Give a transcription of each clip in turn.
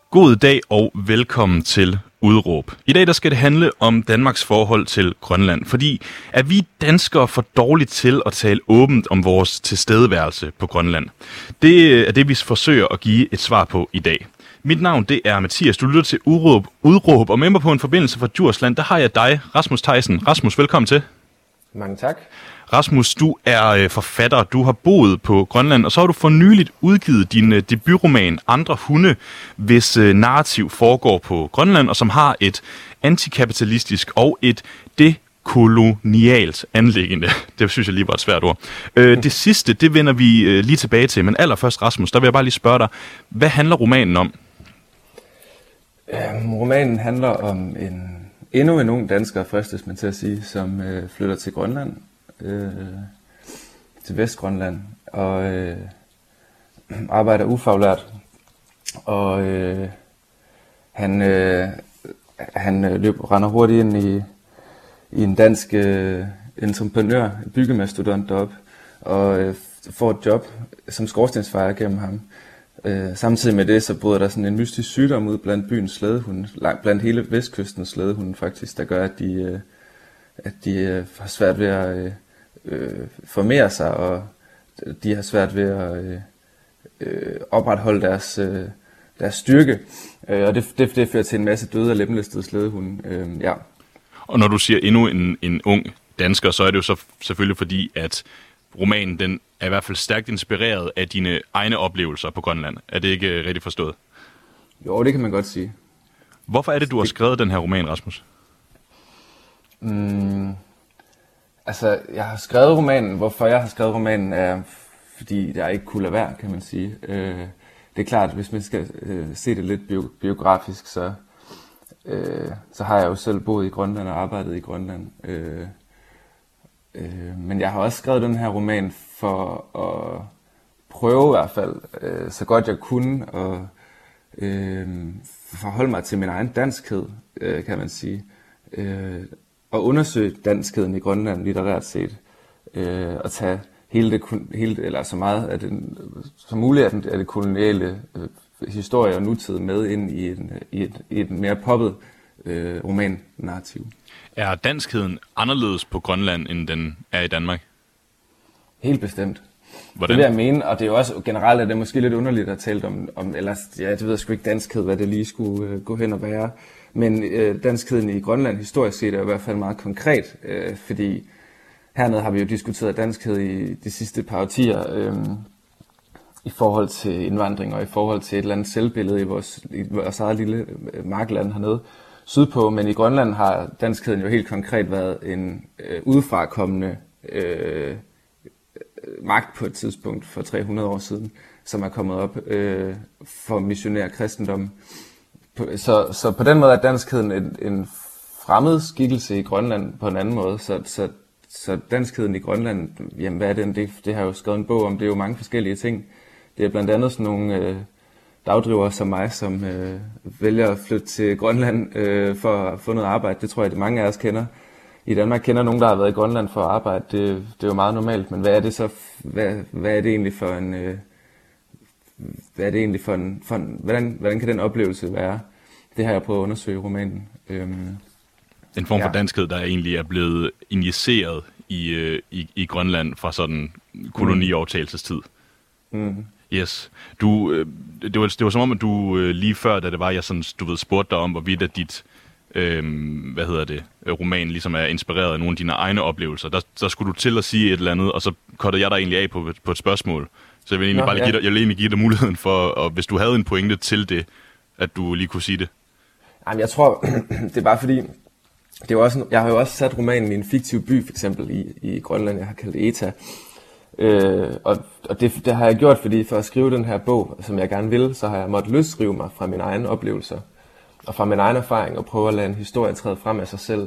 God dag og velkommen til Udråb. I dag der skal det handle om Danmarks forhold til Grønland, fordi er vi danskere for dårligt til at tale åbent om vores tilstedeværelse på Grønland? Det er det, vi forsøger at give et svar på i dag. Mit navn det er Mathias, du lytter til Udråb, og med mig på en forbindelse fra Djursland, der har jeg dig, Rasmus Theisen. Rasmus, velkommen til. Mange tak. Rasmus, du er forfatter, du har boet på Grønland, og så har du for nyligt udgivet din debutroman Andre Hunde, hvis narrativ foregår på Grønland, og som har et antikapitalistisk og et dekolonialt anliggende. Det synes jeg lige var et svært ord. Det sidste, det vender vi lige tilbage til, men allerførst, Rasmus, der vil jeg bare lige spørge dig, hvad handler romanen om? Romanen handler om endnu en ung dansker, fristes man til at sige, som flytter til Grønland, til Vestgrønland, og arbejder ufaglært, og han render hurtigt ind i en dansk entreprenør, byggemastodont deroppe, og får et job som skorstensfejer gennem ham. Samtidig med det, så bryder der sådan en mystisk sygdom ud blandt byens slædehunde, blandt hele vestkystens slædehunde faktisk, der gør, at de har svært ved at formere sig, og de har svært ved at opretholde deres styrke, og det fører til en masse døde og lemlæstede slædehunde. Ja. Og når du siger endnu en ung dansker, så er det jo så selvfølgelig fordi, at romanen den er i hvert fald stærkt inspireret af dine egne oplevelser på Grønland. Er det ikke rigtig forstået? Jo, det kan man godt sige. Hvorfor er det, du har skrevet den her roman, Rasmus? Altså, jeg har skrevet romanen. Hvorfor jeg har skrevet romanen er, fordi jeg ikke kunne lade være, kan man sige. Det er klart, hvis man skal se det lidt biografisk, så har jeg jo selv boet i Grønland og arbejdet i Grønland. Men jeg har også skrevet den her roman for at prøve i hvert fald, så godt jeg kunne, at forholde mig til min egen danskhed, kan man sige. Og undersøge danskheden i Grønland litterært set. Og tage eller så meget af som muligt af det koloniale historie og nutid med ind i et mere poppet roman-narrativ. Er danskheden anderledes på Grønland, end den er i Danmark? Helt bestemt. Hvordan? Det vil jeg mene, og det er jo også generelt, at det er måske lidt underligt at tale om eller ja, det ved jeg sgu ikke danskhed, hvad det lige skulle gå hen og være. Men danskheden i Grønland historisk set er i hvert fald meget konkret, fordi hernede har vi jo diskuteret danskhed i de sidste par årtier, i forhold til indvandring og i forhold til et eller andet selvbillede i vores eget lille markland hernede sydpå, men i Grønland har danskheden jo helt konkret været en udefrakommende magt på et tidspunkt for 300 år siden, som er kommet op for missionær kristendom. Så på den måde er danskheden en fremmed skikkelse i Grønland på en anden måde. Så danskheden i Grønland, jamen hvad er den? Det har jeg jo skrevet en bog om, det er jo mange forskellige ting. Det er blandt andet sådan nogle dagdrivere som mig, som vælger at flytte til Grønland for at få noget arbejde. Det tror jeg, at mange af os kender. I Danmark kender nogen, der har været i Grønland for at arbejde. Det er jo meget normalt, men hvad er det så? Hvad er det egentlig for en? Hvad er det egentlig for en? Hvordan kan den oplevelse være? Det har jeg prøvet at undersøge i romanen. En form for danskhed, der egentlig er blevet injiceret i Grønland fra sådan koloniovertagelsestid. Mm. Yes. Det var som om, at du lige før, da det var, jeg sådan, spurgte dig om, hvorvidt at dit roman ligesom er inspireret af nogle af dine egne oplevelser. Der skulle du til at sige et eller andet, og så kottede jeg dig egentlig af på et spørgsmål. Så jeg vil egentlig give dig muligheden for, og hvis du havde en pointe til det, at du lige kunne sige det. Jamen, jeg tror, det er bare fordi, jeg har jo også sat romanen i en fiktiv by, for eksempel i Grønland, jeg har kaldt Eta. Og det har jeg gjort, fordi for at skrive den her bog, som jeg gerne vil, så har jeg måttet løsrive mig fra mine egne oplevelser og fra min egen erfaring og prøve at lade en historie træde frem af sig selv.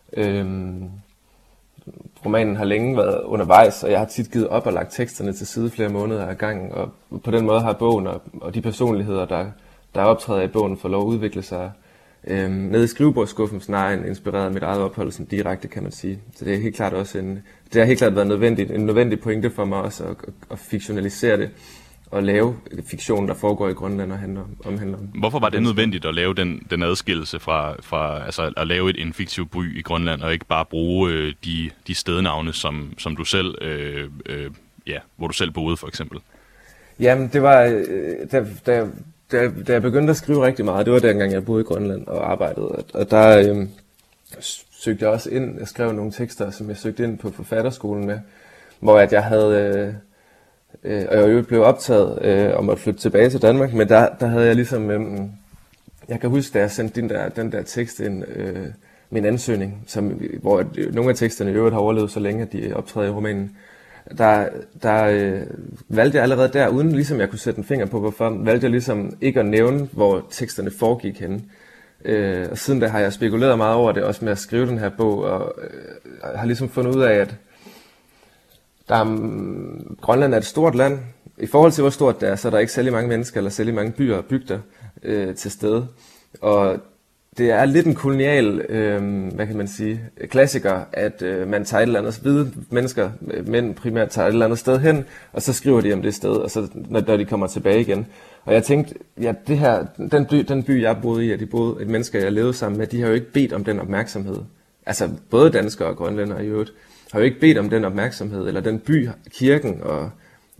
Romanen har længe været undervejs, og jeg har tit givet op og lagt teksterne til side flere måneder ad gangen, og på den måde har bogen og de personligheder, der optræder i bogen, fået lov at udvikle sig nede i skrivebordsskuffen, snarere end inspireret af mit eget ophold sådan direkte, kan man sige. Så det er helt klart også det har helt klart været en nødvendig pointe for mig også at fiktionalisere det. at lave fiktion, der foregår i Grønland og omhandler. Hvorfor var det nødvendigt at lave den adskillelse fra altså at lave en fiktiv by i Grønland, og ikke bare bruge de stednavne, som du selv, hvor du selv boede for eksempel? Jamen, det var, da jeg begyndte at skrive rigtig meget, det var dengang jeg boede i Grønland og arbejdede, og der søgte jeg også ind, jeg skrev nogle tekster, som jeg søgte ind på forfatterskolen med, hvor at jeg havde, og jeg jo blev optaget om at flytte tilbage til Danmark, men der havde jeg ligesom, jeg kan huske, da jeg sendte den der tekst ind, min ansøgning, hvor nogle af teksterne i øvrigt har overlevet så længe, at de optræder i romanen, der valgte jeg allerede der, uden ligesom jeg kunne sætte en finger på hvorfor, valgte jeg ligesom ikke at nævne, hvor teksterne foregik henne. Og siden da har jeg spekuleret meget over det, også med at skrive den her bog, og har ligesom fundet ud af, at Grønland er et stort land. I forhold til hvor stort det er, så er der ikke særlig mange mennesker eller særlig mange byer og bygder til stede. Og det er lidt en kolonial, hvad kan man sige, klassiker, at man tager et eller andet, hvide mennesker, mænd primært, tager et eller andet sted hen, og så skriver de om det sted, og så når de kommer tilbage igen. Og jeg tænkte, ja, det her, den by jeg boede i, og et mennesker jeg levede sammen med, de har jo ikke bedt om den opmærksomhed. Altså både danskere og grønlændere i øvrigt har jo ikke bedt om den opmærksomhed, eller den by, kirken og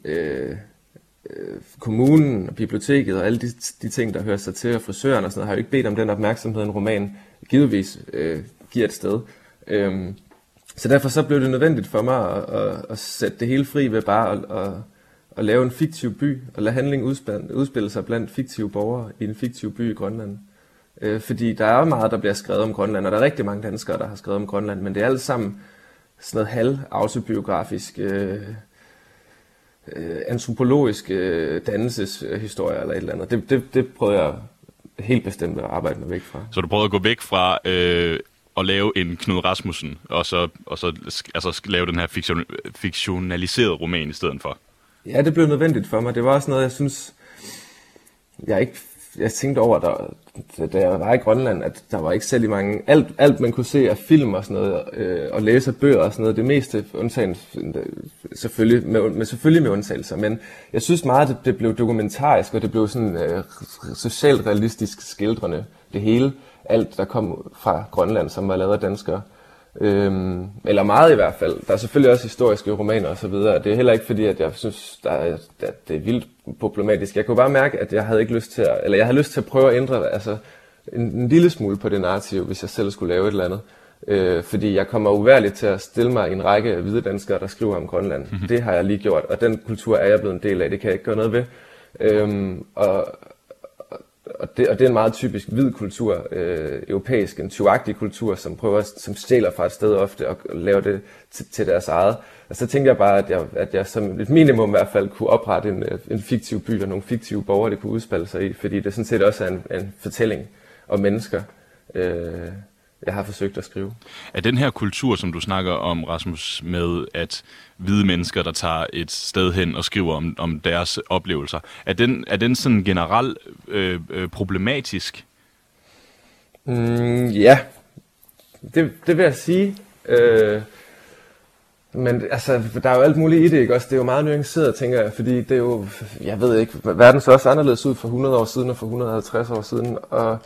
kommunen og biblioteket og alle de ting, der hører sig til, og frisøren og sådan noget, har jo ikke bedt om den opmærksomhed, en roman givetvis giver et sted. Så derfor så blev det nødvendigt for mig at sætte det hele fri ved bare at lave en fiktiv by, og lade handling udspille sig blandt fiktive borgere i en fiktiv by i Grønland. Fordi der er meget, der bliver skrevet om Grønland, og der er rigtig mange danskere, der har skrevet om Grønland, men det er alt sammen sådan noget halv-autobiografisk, antropologisk dannelseshistorie eller et eller andet. Det prøvede jeg helt bestemt at arbejde mig væk fra. Så du prøvede at gå væk fra at lave en Knud Rasmussen, og så altså lave den her fiktionaliserede roman i stedet for? Ja, det blev nødvendigt for mig. Det var også noget, jeg synes, jeg tænkte over, da jeg var i Grønland, at der var ikke særlig mange, alt man kunne se af film og sådan noget, og læse af bøger og sådan noget, det meste undtagen, selvfølgelig med undtagelser, men jeg synes meget, at det blev dokumentarisk, og det blev sådan socialt realistisk skildrende, det hele, alt der kom fra Grønland, som var lavet af danskere. Eller meget i hvert fald. Der er selvfølgelig også historiske romaner og så videre. Det er heller ikke fordi, at jeg synes, at det er vildt problematisk. Jeg kunne bare mærke, at jeg havde lyst til at prøve at ændre en lille smule på det narrativ, hvis jeg selv skulle lave et eller andet. Fordi jeg kommer uværligt til at stille mig i en række af hvide danskere, der skriver om Grønland. Mm-hmm. Det har jeg lige gjort, og den kultur er jeg blevet en del af. Det kan jeg ikke gøre noget ved. Og det er en meget typisk hvid kultur, europæisk, en tyvagtig kultur, som stjæler fra et sted ofte og laver det til deres eget. Og så tænkte jeg bare, at jeg som et minimum i hvert fald kunne oprette en fiktiv by og nogle fiktive borgere, det kunne udspille sig i, fordi det sådan set også er en fortælling om mennesker, jeg har forsøgt at skrive. Er den her kultur, som du snakker om, Rasmus, med at hvide mennesker, der tager et sted hen og skriver om deres oplevelser, er den sådan generelt problematisk? Ja, det vil jeg sige. Men altså, der er jo alt muligt i det, ikke også? Det er jo meget nuanceret, tænker jeg, fordi det er jo, jeg ved ikke, verden så også anderledes ud for 100 år siden og for 150 år siden.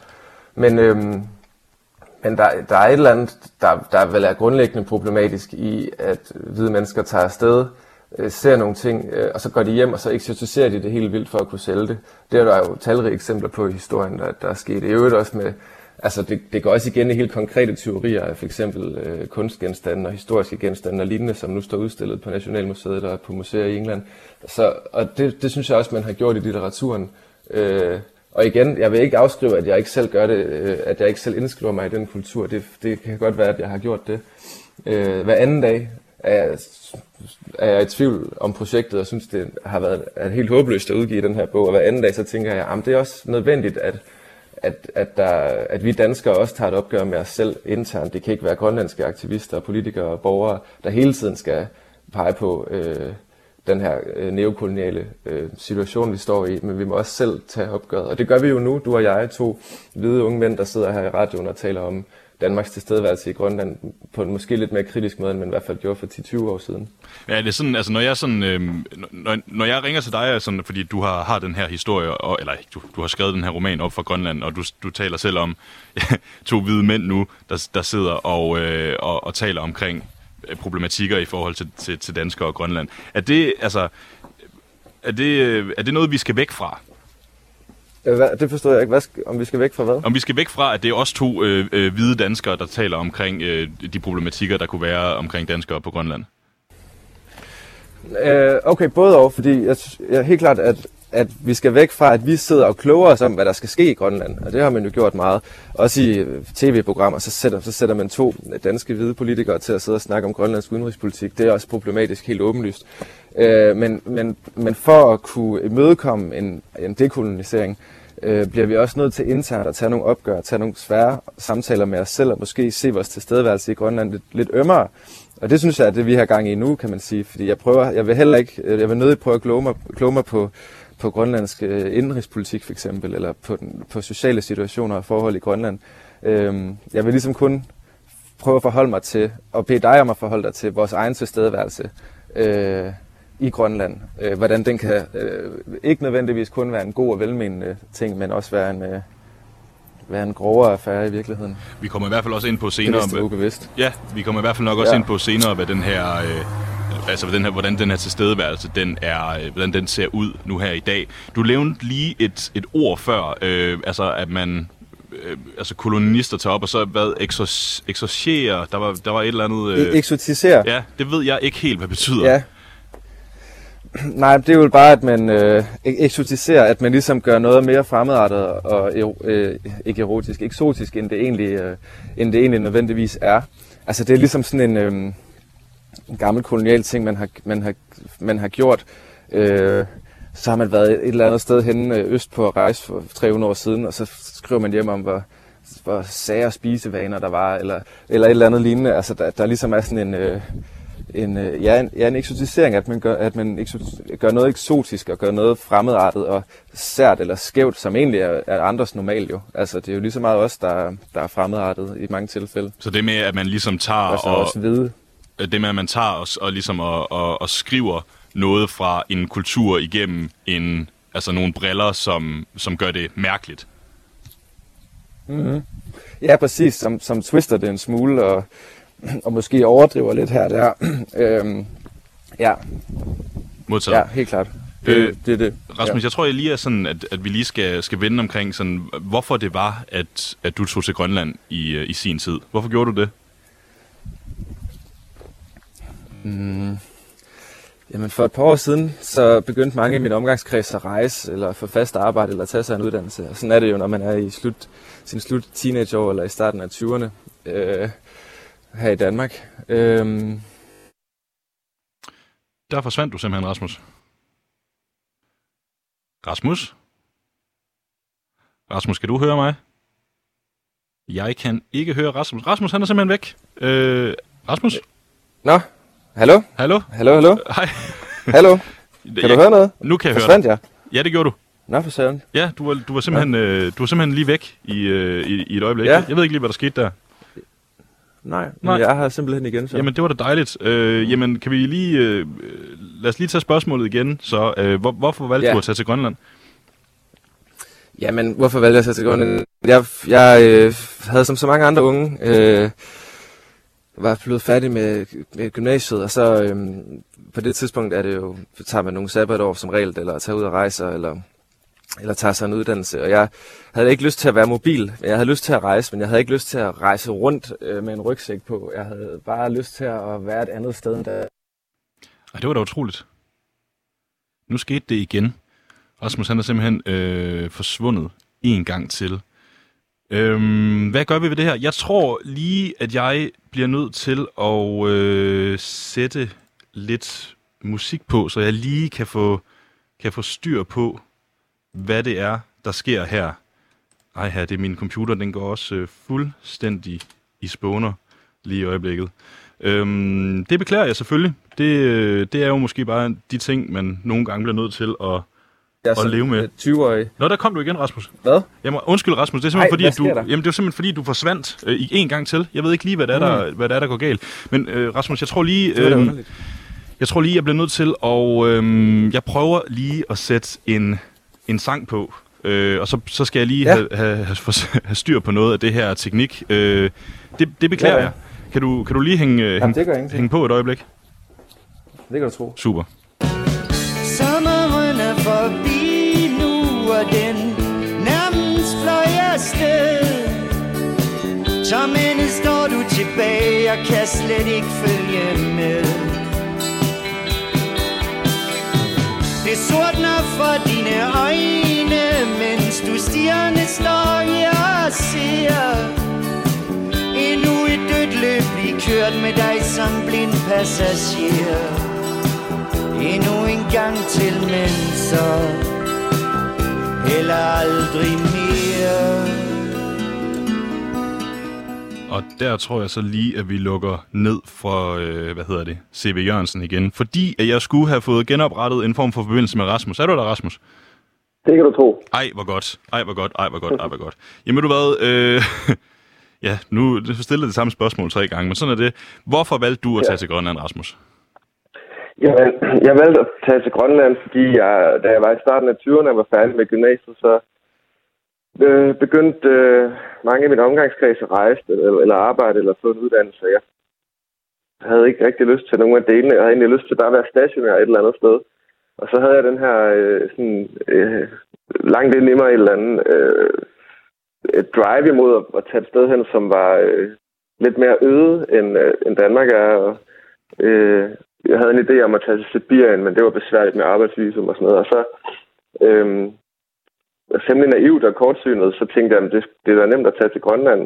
Men der er et eller andet, der vel er grundlæggende problematisk i, at hvide mennesker tager afsted, ser nogle ting, og så går de hjem, og så eksotiserer de det helt vildt for at kunne sælge det. Det er der jo talrige eksempler på i historien, der er sket. Det er jo også med, altså det går også igen i helt konkrete teorier af for eksempel kunstgenstande og historiske genstande og lignende, som nu står udstillet på Nationalmuseet og på museer i England. Og det synes jeg også, man har gjort i litteraturen. Og igen, jeg vil ikke afskrive, at jeg ikke selv gør det, at jeg ikke selv indskriver mig i den kultur. Det kan godt være, at jeg har gjort det. Hver anden dag er jeg i tvivl om projektet, og synes, det har været helt håbløst at udgive den her bog. Og hver anden dag, så tænker jeg, at det er også nødvendigt, at vi danskere også tager et opgør med os selv internt. Det kan ikke være grønlandske aktivister, politikere og borgere, der hele tiden skal pege på den her neokoloniale situation, vi står i, men vi må også selv tage opgøret. Og det gør vi jo nu, du og jeg, to hvide unge mænd, der sidder her i radioen og taler om Danmarks tilstedeværelse i Grønland på en måske lidt mere kritisk måde, end man i hvert fald gjorde for 10-20 år siden. Ja, det er sådan, altså når jeg ringer til dig, sådan, fordi du har den her historie, eller du har skrevet den her roman op fra Grønland, og du taler selv om to hvide mænd nu, der sidder og taler omkring problematikker i forhold til danskere og Grønland. Er det noget, vi skal væk fra? Det forstår jeg ikke. Om vi skal væk fra hvad? Om vi skal væk fra, at det er også to hvide danskere, der taler omkring de problematikker, der kunne være omkring danskere på Grønland. Okay, både og, fordi jeg er helt klart, at vi skal væk fra, at vi sidder og kloger os om, hvad der skal ske i Grønland. Og det har man jo gjort meget. Også i tv-programmer, så sætter man to danske hvide politikere til at sidde og snakke om grønlandsk udenrigspolitik. Det er også problematisk, helt åbenlyst. Men for at kunne imødekomme en dekolonisering, bliver vi også nødt til internt at tage nogle opgør, tage nogle svære samtaler med os selv, og måske se vores tilstedeværelse i Grønland lidt ømmere. Og det synes jeg er det, vi har gang i nu, kan man sige. Fordi jeg vil nødigt prøve at kloge mig på grønlandsk indenrigspolitik for eksempel, eller på sociale situationer og forhold i Grønland. Jeg vil ligesom kun prøve at forholde mig til, og bede dig om at forholde dig til vores egen tilstedeværelse i Grønland. Hvordan den kan ikke nødvendigvis kun være en god og velmenende ting, men også være en grovere affære i virkeligheden. Vi kommer i hvert fald også ind på senere. Det er ubevidst. Ja, vi kommer i hvert fald nok også ind på senere, hvad den her, hvordan den her tilstedeværelse, hvordan den ser ud nu her i dag. Du nævnte lige et ord før, at man kolonister tager op, og så eksorcere, der var et eller andet... Eksotisere? Ja, det ved jeg ikke helt, hvad det betyder. Ja. Nej, det er jo bare, at man eksotiserer, at man ligesom gør noget mere fremmedartet og ikke erotisk, eksotisk, end det egentlig nødvendigvis er. Altså det er ligesom sådan en gammel kolonial ting, man har gjort. Så har man været et eller andet sted henne øst på at rejse for 300 år siden, og så skriver man hjem om, hvor sære spisevaner der var, eller et eller andet lignende. Altså der ligesom er sådan en eksotisering, at man gør noget eksotisk og gør noget fremmedartet og sært eller skævt, som egentlig er andres normal jo. Altså det er jo lige så meget os, der er fremmedartet i mange tilfælde. Så det med, at man ligesom tager det med, at man tager og ligesom og skriver noget fra en kultur igennem nogle briller, som gør det mærkeligt. Mm-hmm. Ja, præcis. Som twister det en smule og måske overdriver lidt her der. Ja. Modtaget. Ja, helt klart. Det. Rasmus, jeg tror jeg lige er sådan, at vi lige skal vende omkring sådan, hvorfor det var, at du tog til Grønland i sin tid. Hvorfor gjorde du det? Jamen for et par år siden, så begyndte mange i min omgangskreds at rejse, eller få fast arbejde, eller tage sig en uddannelse. Og sådan er det jo, når man er i sin slut teenageår, eller i starten af 20'erne her i Danmark. Der forsvandt du simpelthen, Rasmus. Rasmus, kan du høre mig? Jeg kan ikke høre Rasmus. Rasmus, han er simpelthen væk. Rasmus? Nå, hallo? Hallo? Hej. Hallo? Kan du høre noget? Nu kan jeg Forsvandt høre dig. Ja, det gjorde du. Nå, for søren. Ja, du var simpelthen lige væk i et øjeblik. Ja. Jeg ved ikke lige, hvad der skete der. Nej. Jeg er her simpelthen igen. Så. Jamen, det var da dejligt. Jamen, kan vi lige... lad os lige tage spørgsmålet igen. Så hvorfor valgte du at tage til Grønland? Jamen, hvorfor valgte jeg at tage til Grønland? Jeg havde som så mange andre unge... var blevet færdig med gymnasiet, og så på det tidspunkt er det jo, tager man nogle sabbatår som regel, eller tager ud og rejser, eller tager sig en uddannelse. Og jeg havde ikke lyst til at være mobil. Jeg havde lyst til at rejse, men jeg havde ikke lyst til at rejse rundt med en rygsæk på. Jeg havde bare lyst til at være et andet sted end der. Det var da utroligt. Nu skete det igen. Rasmus, han er simpelthen forsvundet en gang til. Hvad gør vi ved det her? Jeg tror lige, at jeg bliver nødt til at sætte lidt musik på, så jeg lige kan få styr på, hvad det er, der sker her. Ej, her, det er min computer, den går også fuldstændig i spåner lige i øjeblikket. Det beklager jeg selvfølgelig. Det er jo måske bare de ting, man nogle gange bliver nødt til at leve med. 20-årig. Nå, der kom du igen, Rasmus. Hvad? Undskyld, Rasmus. Det er simpelthen fordi, du forsvandt en gang til. Jeg ved ikke lige, hvad det er, der går galt. Men Rasmus, jeg tror lige... jeg bliver nødt til, og jeg prøver lige at sætte en sang på. Og så skal jeg lige have styr på noget af det her teknik. Det beklager jeg. Kan du lige hænge på et øjeblik? Det kan du tro. Super. Sommeren er forbi nu, og den nærmest fløj afsted. Som ende står du tilbage, og kan slet ikke følge med. Det sortner for dine øjne, mens du stirrende står her og ser. Endnu et dødt løb bliver kørt med dig som blind passager. Endnu en gang til, men så heller aldrig mere. Og der tror jeg så lige, at vi lukker ned for, C.V. Jørgensen igen. Fordi at jeg skulle have fået genoprettet en form for forbindelse med Rasmus. Er du der, Rasmus? Det kan du tro. Ej, hvor godt. Jamen, du hvad? Ja, nu stillede det samme spørgsmål 3 gange, men sådan er det. Hvorfor valgte du at tage til Grønland, Rasmus? Jeg valgte at tage til Grønland, fordi da jeg var i starten af 20'erne og var færdig med gymnasiet, så begyndte mange af mine omgangskreds at rejse eller arbejde eller få en uddannelse. Jeg havde ikke rigtig lyst til nogen af delene. Jeg havde egentlig lyst til bare at være stationær et eller andet sted. Og så havde jeg den her langt ind i mig et eller andet et drive imod at tage et sted hen, som var lidt mere øde end Danmark er. Og, jeg havde en idé om at tage til Sibirien, men det var besværligt med arbejdsvisum og sådan noget. Og så simpelthen naivt og kortsynet, så tænkte jeg, at det var nemt at tage til Grønland.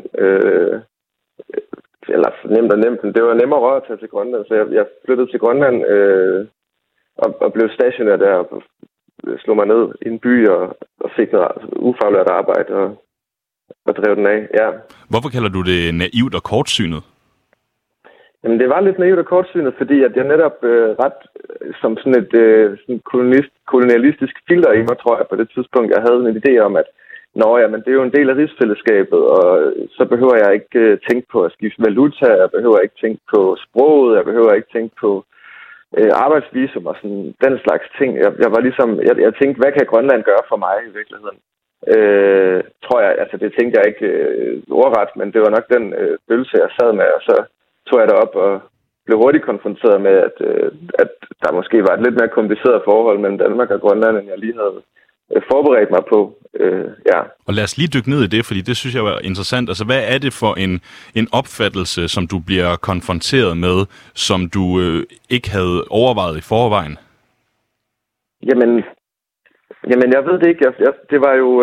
Eller nemt, men det var nemmere at tage til Grønland. Så jeg flyttede til Grønland og blev stationær der og slog mig ned i en by og fik noget ufaglært arbejde og drev den af. Ja. Hvorfor kalder du det naivt og kortsynet? Jamen, det var lidt naivt og kortsynet, fordi at jeg netop ret som sådan et kolonialistisk filter i mig, tror jeg, på det tidspunkt, jeg havde en idé om, at men det er jo en del af rigsfællesskabet, og så behøver jeg ikke tænke på at skifte valuta, jeg behøver ikke tænke på sproget, jeg behøver ikke tænke på arbejdsvisum og sådan den slags ting. Jeg var ligesom, jeg tænkte, hvad kan Grønland gøre for mig i virkeligheden? Tror jeg, altså det tænkte jeg ikke ordret, men det var nok den følelse, jeg sad med, og så tog jeg derop og blev hurtigt konfronteret med, at der måske var et lidt mere kompliceret forhold mellem Danmark og Grønland, end jeg lige havde forberedt mig på. Ja. Og lad os lige dykke ned i det, fordi det synes jeg var interessant. Altså, hvad er det for en opfattelse, som du bliver konfronteret med, som du ikke havde overvejet i forvejen? Jamen, jeg ved det ikke. Det var jo...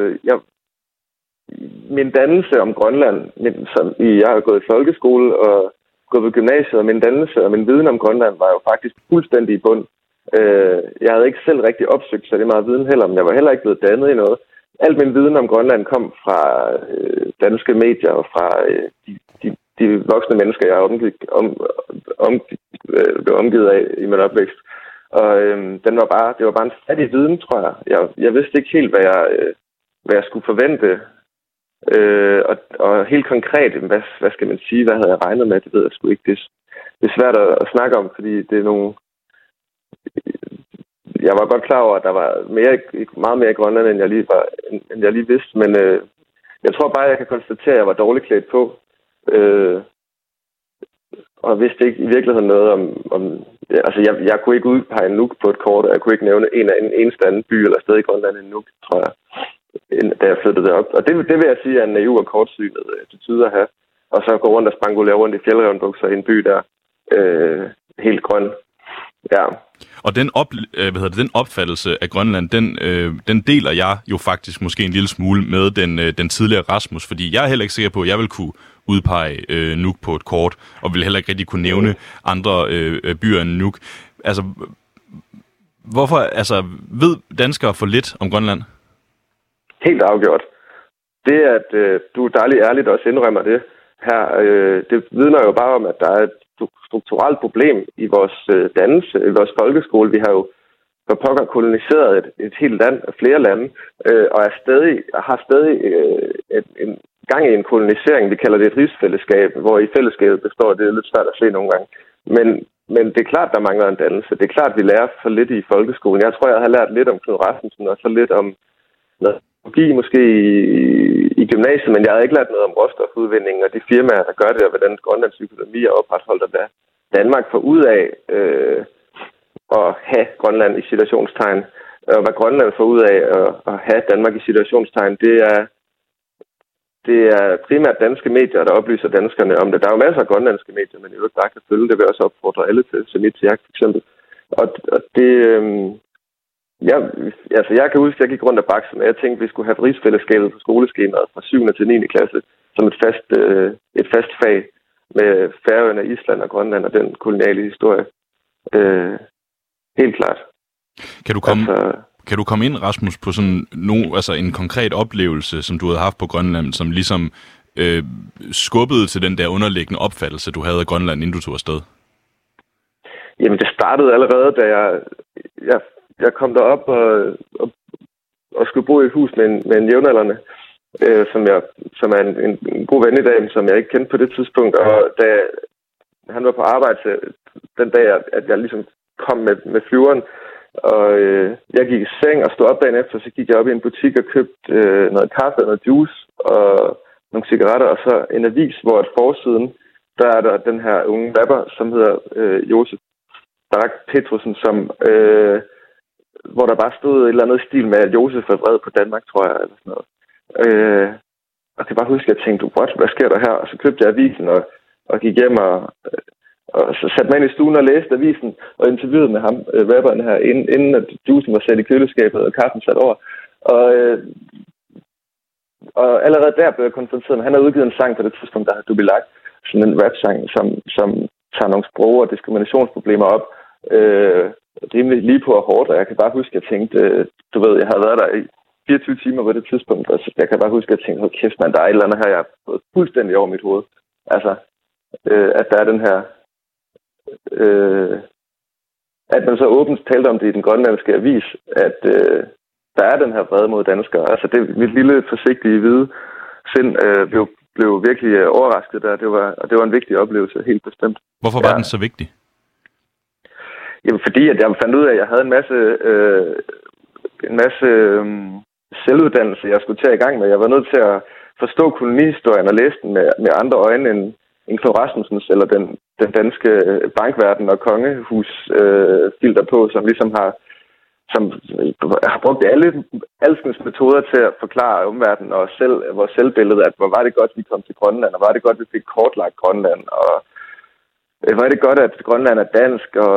min dannelse om Grønland, jeg har gået i folkeskole og gået på gymnasiet, og min dannelse og min viden om Grønland var jo faktisk fuldstændig i bund. Jeg havde ikke selv rigtig opsøgt så det meget viden heller, men jeg var heller ikke blevet dannet i noget. Al min viden om Grønland kom fra danske medier og fra de voksne mennesker, jeg blev omgivet af i min opvækst. Og det var bare en fattig viden, tror jeg. Jeg vidste ikke helt, hvad jeg skulle forvente. Og helt konkret, hvad skal man sige, hvad havde jeg regnet med, det ved jeg sgu ikke. Det er svært at snakke om, fordi det er nogle... Jeg var godt klar over, at der var meget mere i Grønland, end jeg lige vidste, men jeg tror bare, jeg kan konstatere, at jeg var dårligt klædt på. Og vidste ikke i virkeligheden noget om altså jeg kunne ikke udpege Nuuk på et kort, og jeg kunne ikke nævne en eneste anden by eller sted i Grønland end Nuuk, tror jeg, da jeg flyttede derop. Og det vil jeg sige er en naiv og kortsynet attitude at have. Og så gå rundt og spangulere rundt i fjeldrevnbukser i en by der, helt grøn. Ja. Og den opfattelse af Grønland, den deler jeg jo faktisk måske en lille smule med den tidligere Rasmus, fordi jeg er heller ikke sikker på, at jeg vil kunne udpege Nuuk på et kort, og vil heller ikke rigtig kunne nævne andre byer end Nuuk. Altså, hvorfor, ved danskere for lidt om Grønland? Helt afgjort. Det, at du dejligt ærligt også indrømmer det her, det vidner jo bare om, at der er et strukturelt problem i vores dannelse, i vores folkeskole. Vi har jo for pokker koloniseret et helt land, flere lande, og har stadig en gang i en kolonisering. Vi kalder det et rigsfællesskab, hvor i fællesskabet består. Det er lidt svært at se nogle gange. Men det er klart, der mangler en dannelse. Det er klart, vi lærer for lidt i folkeskolen. Jeg tror, jeg har lært lidt om Knud Rasmussen, og så lidt om noget måske i gymnasiet, men jeg har ikke lært noget om råstofudvinding og de firmaer, der gør det, og hvordan Grønlands økonomi er opretholdt, og hvad Danmark får ud af at have Grønland i situationstegn, og hvad Grønland får ud af at have Danmark i situationstegn, det er primært danske medier, der oplyser danskerne om det. Der er jo masser af grønlandske medier, men jeg vil bare kan følge det, vil også opfordre alle til, som mit jagt for eksempel. Og det... Jeg kan huske, at jeg gik rundt og bakse med, jeg tænkte, at vi skulle have rigsfællesskabet på skoleskemaet fra 7. til 9. klasse som et fast fag med Færøerne, Island og Grønland og den koloniale historie. Helt klart. Kan du komme ind, Rasmus, på sådan en konkret oplevelse, som du havde haft på Grønland, som ligesom skubbede til den der underliggende opfattelse, du havde af Grønland, inden du tog afsted? Jamen, det startede allerede, da jeg kom derop og skulle bo i et hus med en jævnaldrende, som er en god ven i dag, som jeg ikke kendte på det tidspunkt. Og da han var på arbejde den dag, at jeg ligesom kom med flyveren, og jeg gik i seng og stod op dagen efter, så gik jeg op i en butik og købte noget kaffe og noget juice og nogle cigaretter, og så en avis, hvor et forsiden, der er der den her unge rapper, som hedder Josef Barak Petrusen, som... hvor der bare stod et eller andet stil med, at Josef er vred på Danmark, tror jeg, eller sådan noget. Og jeg kan bare huske, at jeg tænkte, hvad sker der her? Og så købte jeg avisen og gik hjem og så satte mig ind i stuen og læste avisen og interviewede med ham, rapperen her, inden at juicen var sat i køleskabet og kaffen sat over. Og allerede der blev jeg konfronteret med, han har udgivet en sang på det tidspunkt, der har Dubilak, sådan en rap-sang, som tager nogle sprog og diskriminationsproblemer op, rimelig lige på og hårdt, og jeg kan bare huske, at jeg tænkte, jeg havde været der i 24 timer på det tidspunkt, og jeg kan bare huske, at jeg tænkte, hold kæft, man, der er et eller andet her, jeg har fået fuldstændig over mit hoved. Altså, at der er den her, at man så åbent talte om det i den grønlandske avis, at der er den her vrede mod danskere. Altså, det mit lille, forsigtige, hvide sind blev virkelig overrasket der, og det var en vigtig oplevelse, helt bestemt. Hvorfor var den så vigtig? Jamen, fordi at jeg fandt ud af, at jeg havde en masse selvuddannelse, jeg skulle tage i gang med. Jeg var nødt til at forstå kolonihistorien og læse den med andre øjne end Knud Rasmussens eller den danske bankverden og kongehus filter på, som ligesom har brugt alskens metoder til at forklare omverdenen og vores selvbillede, at hvor var det godt, vi kom til Grønland, og var det godt, vi fik kortlagt Grønland, og hvor er det godt, at Grønland er dansk, og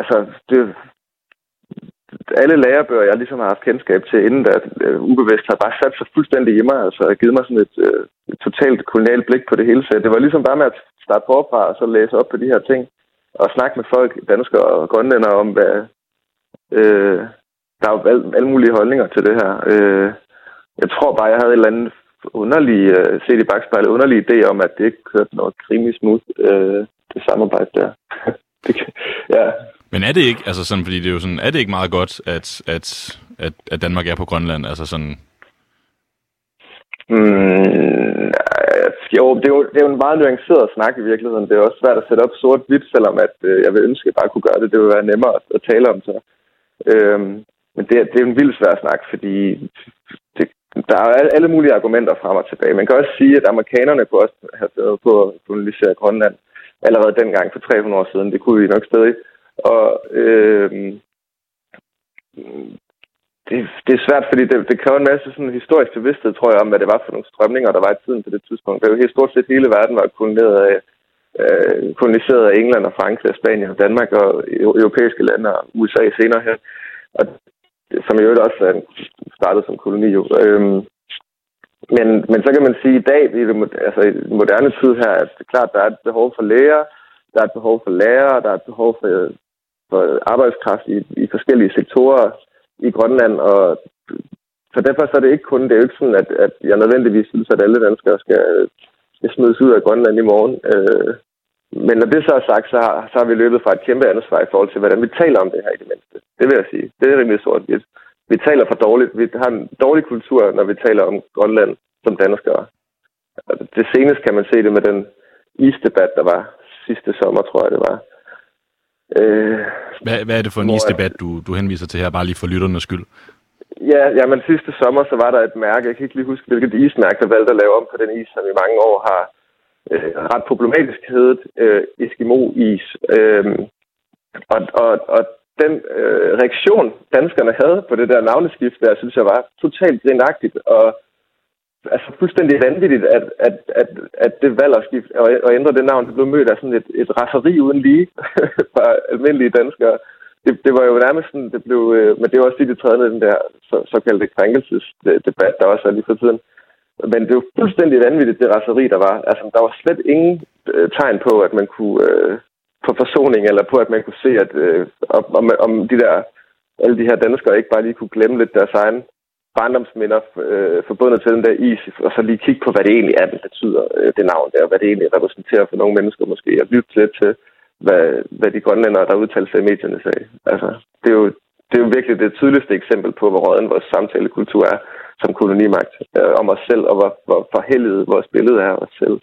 alle lærebøger, jeg ligesom har haft kendskab til, inden der ubevidst, har bare sat sig fuldstændig i mig, altså givet mig sådan et totalt kolonialt blik på det hele. Så det var ligesom bare med at starte forfra, og så læse op på de her ting, og snakke med folk, danskere og grønlændere om, hvad der er jo alle mulige holdninger til det her. Jeg tror bare, jeg havde et eller andet set i bagspejlet, underlig idé om, at det ikke kørte noget rimelig smooth, det samarbejde der. Ja. Men er det ikke, altså sådan, fordi det er jo sådan, er det ikke meget godt, at Danmark er på Grønland, altså sådan? Jo, det er jo en meget nuanceret snak i virkeligheden. Det er også svært at sætte op sort-hvidt, selvom at jeg vil ønske, at jeg bare kunne gøre det. Det vil være nemmere at tale om så. Men det er en vildt svær snak, fordi der er alle mulige argumenter frem og tilbage. Man kan også sige, at amerikanerne kunne også have været på at kolonisere Grønland allerede dengang for 300 år siden. Det kunne vi nok stadig. Og det er svært, fordi det kræver en masse sådan historisk bevidsthed, tror jeg, om hvad det var for nogle strømninger, der var i tiden på det tidspunkt. Det er jo helt stort set hele verden var koloniseret af England og Frankrig og Spanien og Danmark og europæiske lande og USA senere her. Og som i øvrigt også startede som koloni. Men så kan man sige, at i dag, i den moderne tid her, at det er klart, der er et behov for læger, der er et behov for lærere, der er et behov for arbejdskraft i forskellige sektorer i Grønland, og så derfor så er det ikke kun, det er jo ikke sådan, at jeg nødvendigvis synes, at alle danskere skal smides ud af Grønland i morgen. Men når det så er sagt, så har vi løbet fra et kæmpe ansvar i forhold til, hvordan vi taler om det her i det mindste. Det vil jeg sige. Det er rimelig sort-hvidt. Vi taler for dårligt. Vi har en dårlig kultur, når vi taler om Grønland som danskere. Det seneste kan man se det med den isdebat, der var sidste sommer, tror jeg det var. Hvad er det for en isdebat, du henviser til her, bare lige for lytternes skyld? Ja, men sidste sommer, så var der et mærke, jeg kan ikke lige huske, hvilket ismærke, der valgte at lave om på den is, som i mange år har ret problematisk heddet Eskimo-is. Og den reaktion, danskerne havde på det der navneskift, der synes jeg var totalt grinagtigt, og altså fuldstændig vanvittigt, at det valg at skifte og ændre det navn, det blev mødt af sådan et raseri uden lige fra almindelige danskere. Det var jo nærmest sådan, det blev, men det var også lige det tredje den der såkaldte krænkelsesdebat, der også er lige for tiden. Men det var fuldstændig vanvittigt, det raseri, der var. Altså, der var slet ingen tegn på, at man kunne på forsoning, eller på, at man kunne se, at om alle de her danskere ikke bare lige kunne glemme lidt deres egen barndomsminder forbundet til den der is, og så lige kigge på, hvad det egentlig er, det betyder, det navn der, og hvad det egentlig repræsenterer for nogle mennesker måske, og lytte lidt til, hvad de grønlændere, der udtalte sig i medierne, sagde. Altså, det er jo virkelig det tydeligste eksempel på, hvor rådden vores samtalekultur er som kolonimagt om os selv, og hvor forhelliget vores billede er os selv.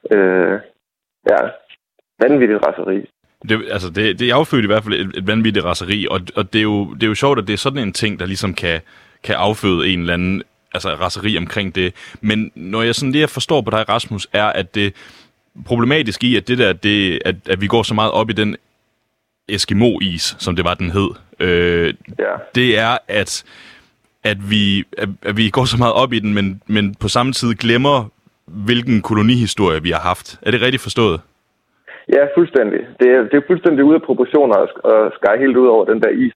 Vanvittigt raseri. Det affødte i hvert fald et vanvittigt raseri, og det er jo sjovt, at det er sådan en ting, der ligesom kan afføde en eller anden raseri omkring det. Men når jeg sådan lige forstår på dig, Rasmus, er, at det problematisk i, at at vi går så meget op i den Eskimo-is, som det var, den hed, det er, at vi går så meget op i den, men på samme tid glemmer, hvilken kolonihistorie vi har haft. Er det rigtigt forstået? Ja, fuldstændig. Det er fuldstændig ude af proportioner og skære helt ud over den der is,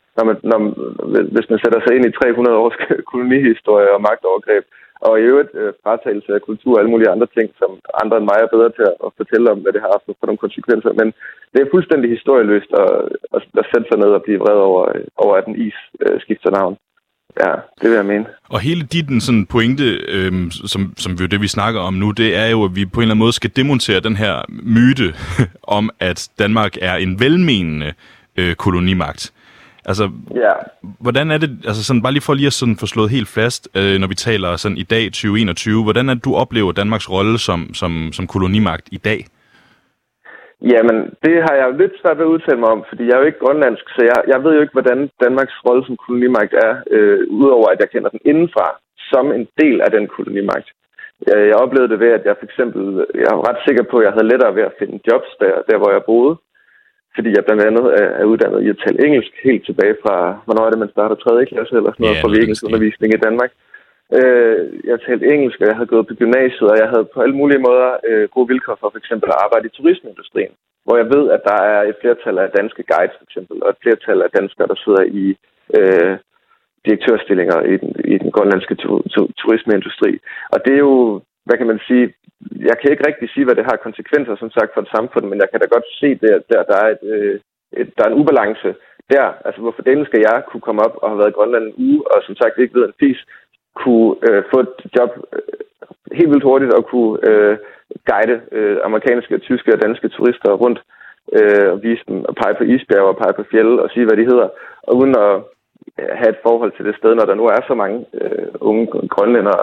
hvis man sætter sig ind i 300 års kolonihistorie og magtovergreb, og i øvrigt fratagelse af kultur og alle mulige andre ting, som andre end mig er bedre til at fortælle om, hvad det har haft for nogle konsekvenser. Men det er fuldstændig historieløst at sætte sig ned og blive vred over at en is skifter navn. Ja, det vil jeg mene. Og hele din sådan pointe, som jo det, vi snakker om nu, det er jo, at vi på en eller anden måde skal demontere den her myte om, at Danmark er en velmenende kolonimagt. Altså, hvordan er det, altså sådan, bare lige for lige at sådan få slået helt fast, når vi taler sådan i dag, 2021, hvordan er det, du oplever Danmarks rolle som kolonimagt i dag? Jamen, det har jeg lidt svært ved at udtale mig om, fordi jeg er jo ikke grønlandsk, så jeg ved jo ikke, hvordan Danmarks rolle som kolonimagt er, udover at jeg kender den indenfra, som en del af den kolonimagt. Jeg oplevede det ved, at jeg for eksempel, jeg var ret sikker på, at jeg havde lettere ved at finde jobs der hvor jeg boede, fordi jeg blandt andet er uddannet i at tale engelsk helt tilbage fra, hvornår er det, man starter 3. klasse eller sådan noget, for engelsk-undervisning i Danmark. Jeg talte engelsk, og jeg havde gået på gymnasiet, og jeg havde på alle mulige måder gode vilkår for eksempel at arbejde i turismeindustrien, hvor jeg ved, at der er et flertal af danske guides for eksempel, og et flertal af danskere, der sidder i direktørstillinger i den grønlandske turismeindustri. Og det er jo, hvad kan man sige, jeg kan ikke rigtig sige, hvad det har konsekvenser, som sagt, for et samfund, men jeg kan da godt se, at der er en ubalance der. Altså, hvorfor delen skal jeg kunne komme op og have været i Grønland en uge, og som sagt ikke ved en fis, kunne få et job helt vildt hurtigt og kunne guide amerikanske, tyske og danske turister rundt og vise dem og pege på isbjerge og pege på fjelde og sige, hvad de hedder, og uden at have et forhold til det sted, når der nu er så mange unge grønlændere,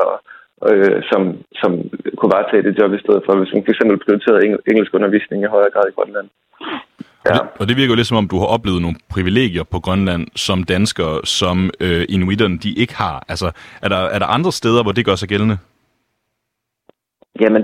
som kunne varetage det job i stedet for, hvis man f.eks. prioriterede engelsk undervisning i højere grad i Grønland. Ja. Og det virker jo lidt som om, du har oplevet nogle privilegier på Grønland som danskere, som inuiterne de ikke har. Altså, er der andre steder, hvor det gør sig gældende? Jamen,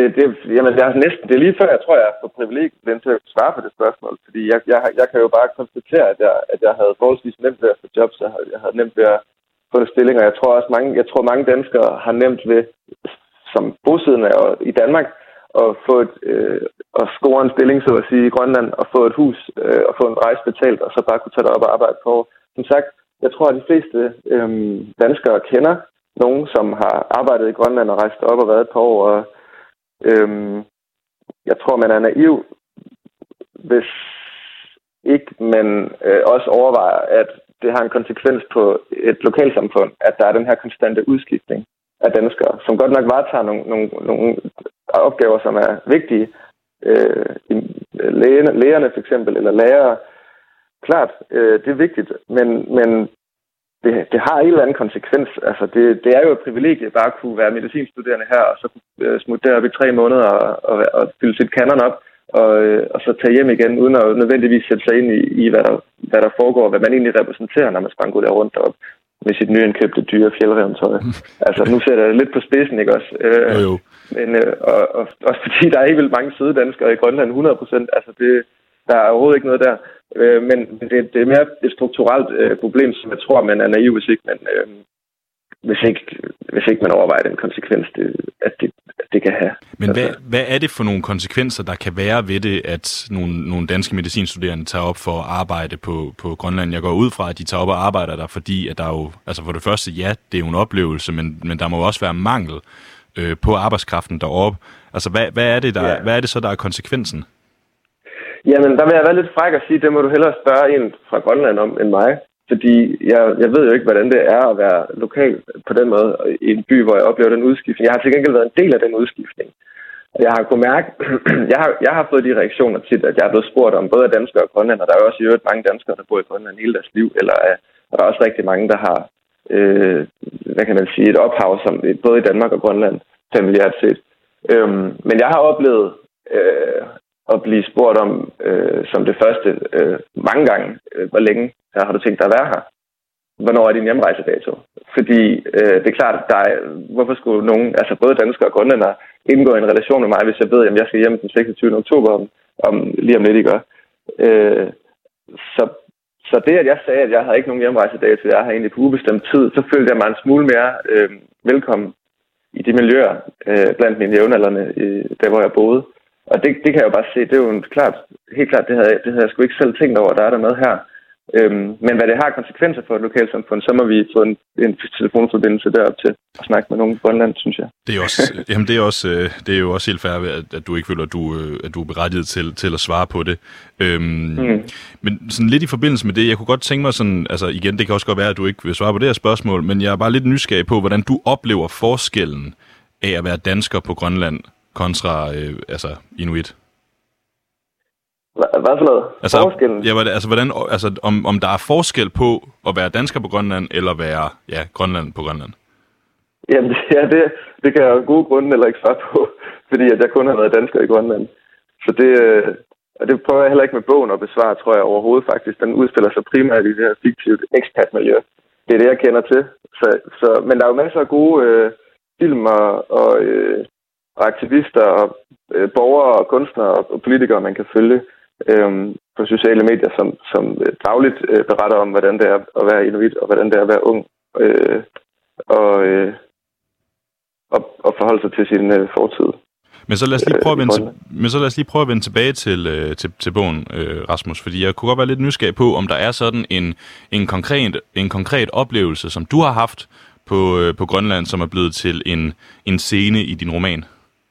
det er lige før, jeg tror, jeg er for privilegiet til at svare på det spørgsmål. Fordi jeg kan jo bare konstatere, at jeg havde forholdsvis nemt ved at få jobs. Jeg havde nemt ved at få stillinger. Jeg tror mange danskere har nemt ved, som bosiddende i Danmark, at få at score en stilling, så at sige, i Grønland, og få et hus, og få en rejse betalt, og så bare kunne tage det op og arbejde på. Som sagt, jeg tror, at de fleste danskere kender nogen, som har arbejdet i Grønland og rejst op og været et par år, og jeg tror, man er naiv, hvis ikke man også overvejer, at det har en konsekvens på et lokalsamfund, at der er den her konstante udskiftning af danskere, som godt nok varetager nogle opgaver, som er vigtige, lægerne for eksempel, eller lærere. Klart, det er vigtigt, men det har en eller anden konsekvens. Altså, det er jo et privilegie bare at kunne være medicinstuderende her, og så smutte derop i 3 måneder og fylde sit kanon op, og så tage hjem igen, uden at nødvendigvis sætte sig ind i hvad der foregår, hvad man egentlig repræsenterer, når man spanker der rundt op med sit nyindkøbte dyre fjeldrevntøj. Altså, nu sætter det lidt på spidsen, ikke også? Jo. Men, og også fordi der er ikke vildt mange søde danskere i Grønland, 100%. Altså, der er overhovedet ikke noget der. Men det er mere et strukturelt problem, som jeg tror, man er naiv, hvis ikke man overvejer den konsekvens, at det kan have. Men hvad er det for nogle konsekvenser, der kan være ved det, at nogle danske medicinstuderende tager op for at arbejde på Grønland? Jeg går ud fra, at de tager op og arbejder der, fordi at der jo, altså for det første, ja, det er jo en oplevelse, men der må jo også være mangel på arbejdskraften deroppe. Altså hvad er det så, der er konsekvensen? Jamen, der vil jeg være lidt fræk at sige, det må du hellere spørge en fra Grønland om end mig. Fordi jeg ved jo ikke, hvordan det er at være lokal på den måde i en by, hvor jeg oplever den udskiftning. Jeg har til gengæld været en del af den udskiftning. Og jeg har kunnet mærke, jeg har fået de reaktioner tit, at jeg er blevet spurgt om både af danskere og Grønland, og der er jo også i øvrigt mange danskere, der bor i Grønland hele deres liv, og der er også rigtig mange, der har, hvad kan man sige, et ophav som både i Danmark og Grønland, familiært set. Men jeg har oplevet at blive spurgt om, som det første, mange gange, hvor længe har du tænkt dig at være her? Hvornår er din hjemrejsedato? Fordi det er klart, hvorfor skulle nogen, altså både danskere og grønlændere, indgå en relation med mig, hvis jeg ved, at jeg skal hjem den 26. oktober om lige om lidt, ikke? Så det, at jeg sagde, at jeg havde ikke nogen hjemrejsedato, jeg har egentlig på ubestemt tid, så følte jeg mig en smule mere velkommen i de miljøer blandt mine jævnaldrende, der hvor jeg boede. Og det kan jeg jo bare se, det er jo helt klart, det havde jeg sgu ikke selv tænkt over, der er der noget her. Men hvad det har konsekvenser for et lokalsamfund, så må vi få en telefonforbindelse derop til at snakke med nogen i Grønland, synes jeg. Det er jo også helt fair, at du ikke føler, at du er berettiget til at svare på det. Men sådan lidt i forbindelse med det, jeg kunne godt tænke mig sådan, altså igen, det kan også godt være, at du ikke vil svare på det her spørgsmål, men jeg er bare lidt nysgerrig på, hvordan du oplever forskellen af at være dansker på Grønland kontra inuit. Hvad for noget? Forskellen? Om der er forskel på at være dansker på Grønland, eller være Grønland på Grønland? Jamen, det kan jeg af gode grunde heller ikke svare på, fordi at jeg kun har været dansker i Grønland. Så det prøver jeg heller ikke med bogen at besvare, tror jeg overhovedet faktisk. Den udspiller sig primært i det her fiktivt expat-miljø. Det er det, jeg kender til. Men der er jo masser af gode film og aktivister og borgere og kunstnere og politikere, man kan følge på sociale medier, som dagligt beretter om, hvordan det er at være inuit, og hvordan det er at være ung, og forholde sig til sin fortid. Men så lad os lige prøve at vende tilbage til bogen, Rasmus, fordi jeg kunne godt være lidt nysgerrig på, om der er sådan en konkret oplevelse, som du har haft på Grønland, som er blevet til en scene i din roman.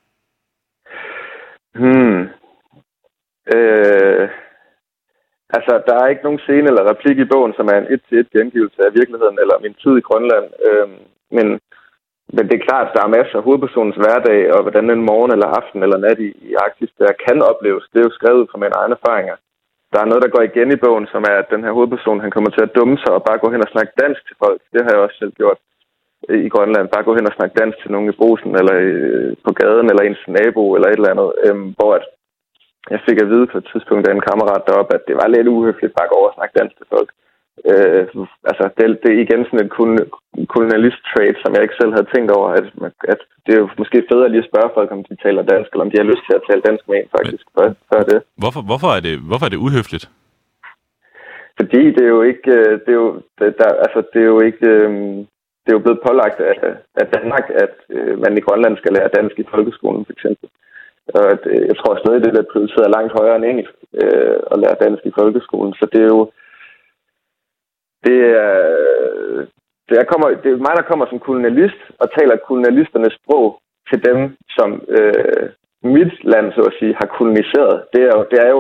Altså, der er ikke nogen scene eller replik i bogen, som er en 1-til-1 gengivelse af virkeligheden eller min tid i Grønland. Men det er klart, at der er masser af hovedpersonens hverdag, og hvordan en morgen eller aften eller nat i Arktis, der kan opleves. Det er jo skrevet fra mine egne erfaringer. Der er noget, der går igen i bogen, som er, at den her hovedperson, han kommer til at dumme sig og bare gå hen og snakke dansk til folk. Det har jeg også selv gjort i Grønland. Bare gå hen og snakke dansk til nogen i Brugsen, eller på gaden, eller ens nabo, eller et eller andet. Hvor jeg fik at vide på et tidspunkt af en kammerat deroppe, at det var lidt uhøfligt bare at gå over og snakke dansk til folk. Det er igen sådan et kolonialist-trait, som jeg ikke selv havde tænkt over, at det er jo måske federe lige at spørge folk, om de taler dansk, eller om de har lyst til at tale dansk med en, faktisk, før det. Hvorfor er det uhøfligt? Fordi det er jo ikke, det er jo blevet pålagt af Danmark, at man i Grønland skal lære dansk i folkeskolen, for eksempel. Og jeg tror stadig, det er prioriteret langt højere end engelsk at lære dansk i folkeskolen. Så det er jo det er mig, der kommer som kolonialist og taler kolonialisternes sprog til dem, som mit land, så at sige, har koloniseret. Det er jo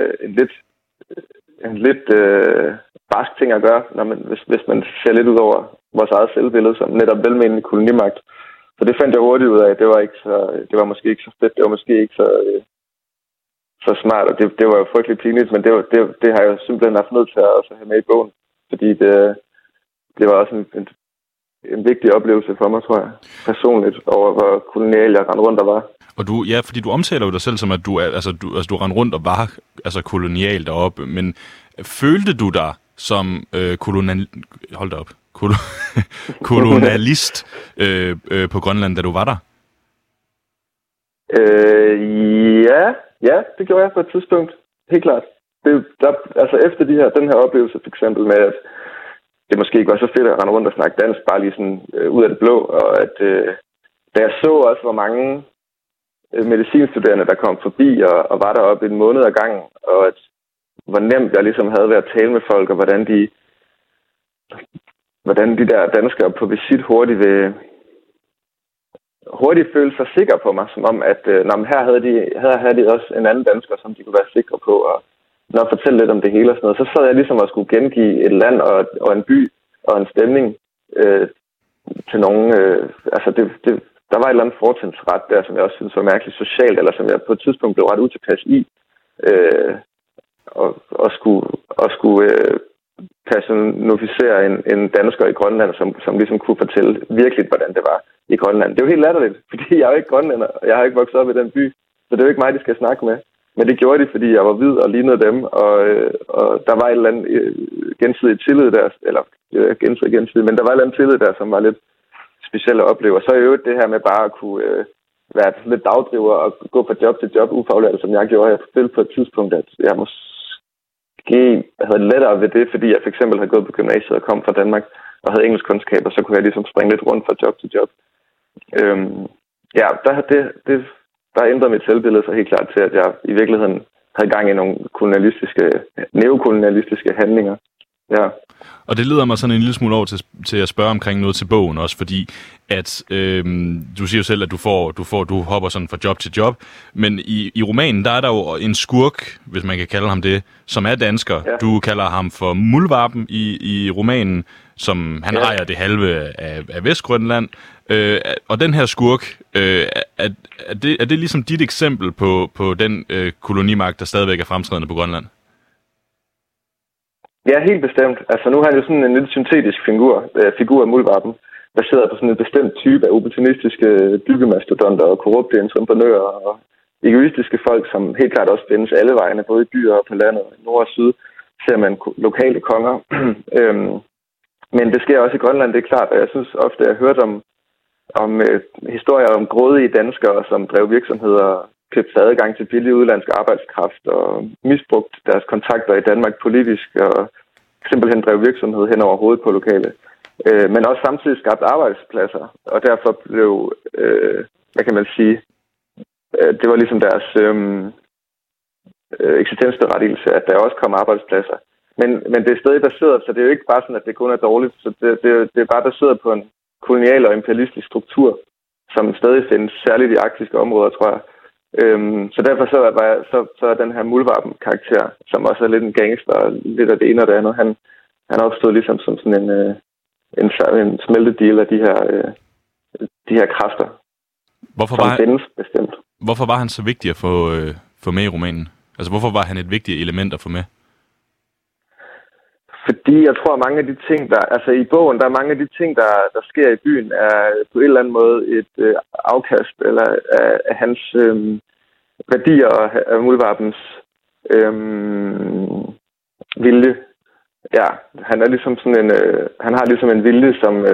en lidt barsk ting at gøre, hvis man ser lidt ud over vores eget selvbillede som netop velmenende kolonimagt. Så det fandt jeg hurtigt ud af. Det var måske ikke så fedt. Det var måske ikke så smart, og det var jo frygtelig pinligt, men det har jeg jo simpelthen haft nødt til at også have med i bogen, fordi det var også en vigtig oplevelse for mig, tror jeg, personligt, over hvor kolonial jeg rendte rundt og var. Og fordi du omtaler jo dig selv som, at du rendte rundt og var kolonial deroppe, men følte du dig som kolonialist på Grønland, da du var der? Ja, det gjorde jeg på et tidspunkt. Helt klart. Efter den her oplevelse, for eksempel med, at det måske ikke var så fedt at rende rundt og snakke dansk, bare lige sådan ud af det blå, og at da jeg så også, hvor mange medicinstuderende, der kom forbi og var deroppe en måned ad gangen, og at hvor nemt jeg ligesom havde ved at tale med folk, og hvordan de der danskere på visit hurtigt følte sig sikre på mig, som om, at her havde de også en anden dansker, som de kunne være sikre på, og fortælle lidt om det hele og sådan noget. Så sad jeg ligesom at skulle gengive et land og en by og en stemning til nogen. Der var et eller andet fortrinsret der, som jeg også synes var mærkeligt socialt, eller som jeg på et tidspunkt blev ret utilpas i, og skulle personificere en dansker i Grønland, som ligesom kunne fortælle virkelig, hvordan det var i Grønland. Det er jo helt latterligt, fordi jeg er jo ikke grønlænder, og jeg har ikke vokset op i den by, så det er jo ikke mig, de skal snakke med. Men det gjorde de, fordi jeg var hvid og lignede dem, og der var et eller andet gensidig tillid der, eller gensidig, men der var et eller andet tillid der, som var lidt specielt at opleve. Og så er jo det her med bare at kunne være lidt dagdriver og gå fra job til job ufaglært, som jeg gjorde. Jeg følte på et tidspunkt, at jeg måske havde lettere ved det, fordi jeg for eksempel havde gået på gymnasiet og kom fra Danmark og havde engelskkundskaber, så kunne jeg ligesom springe lidt rundt fra job til job. Der ændrede mit selvbillede så helt klart til, at jeg i virkeligheden havde gang i nogle neokolonialistiske handlinger. Ja. Og det leder mig sådan en lille smule over til at spørge omkring noget til bogen også, fordi at du siger jo selv, at du hopper sådan fra job til job, men i romanen, der er der jo en skurk, hvis man kan kalde ham det, som er dansker. Ja. Du kalder ham for Muldvarpen i romanen, som han ejer det halve af Vestgrønland. Og den her skurk, er det ligesom dit eksempel på den kolonimagt, der stadigvæk er fremtrædende på Grønland? Ja, helt bestemt. Altså nu har han jo sådan en lidt syntetisk figur af Muldvarpen, baseret på sådan en bestemt type af opportunistiske byggemastodonter og korrupte entreprenører og egoistiske folk, som helt klart også findes alle vegne, både i byer og på landet, nord og syd, ser man lokale konger. Men det sker også i Grønland, det er klart, og jeg synes ofte, at jeg har hørt om historier om grådige danskere, som drev virksomheder, købt adgang til billig udenlandsk arbejdskraft og misbrugt deres kontakter i Danmark politisk og simpelthen drev virksomhed hen over hovedet på lokale. Men også samtidig skabt arbejdspladser, og derfor blev, hvad kan man sige, det var ligesom deres eksistensberettigelse, at der også kom arbejdspladser. Men det er stadig baseret, så det er jo ikke bare sådan, at det kun er dårligt, så det er bare baseret på en kolonial og imperialistisk struktur, som stadig findes, særligt i arktiske områder, tror jeg. Så derfor så er den her Muldvarpen-karakter, som også er lidt en gangster, lidt af det ene og det andet, han opstod ligesom som sådan en smeltedeal af de her kræfter, som findes bestemt. Hvorfor var han så vigtig at få med i romanen? Altså, hvorfor var han et vigtigt element at få med? Fordi jeg tror, at mange af de ting, i bogen, der er mange af de ting, der sker i byen, er på en eller anden måde et afkast eller af hans værdier og af Muldvarpens vilje. Ja, han er ligesom sådan han har ligesom en vilje,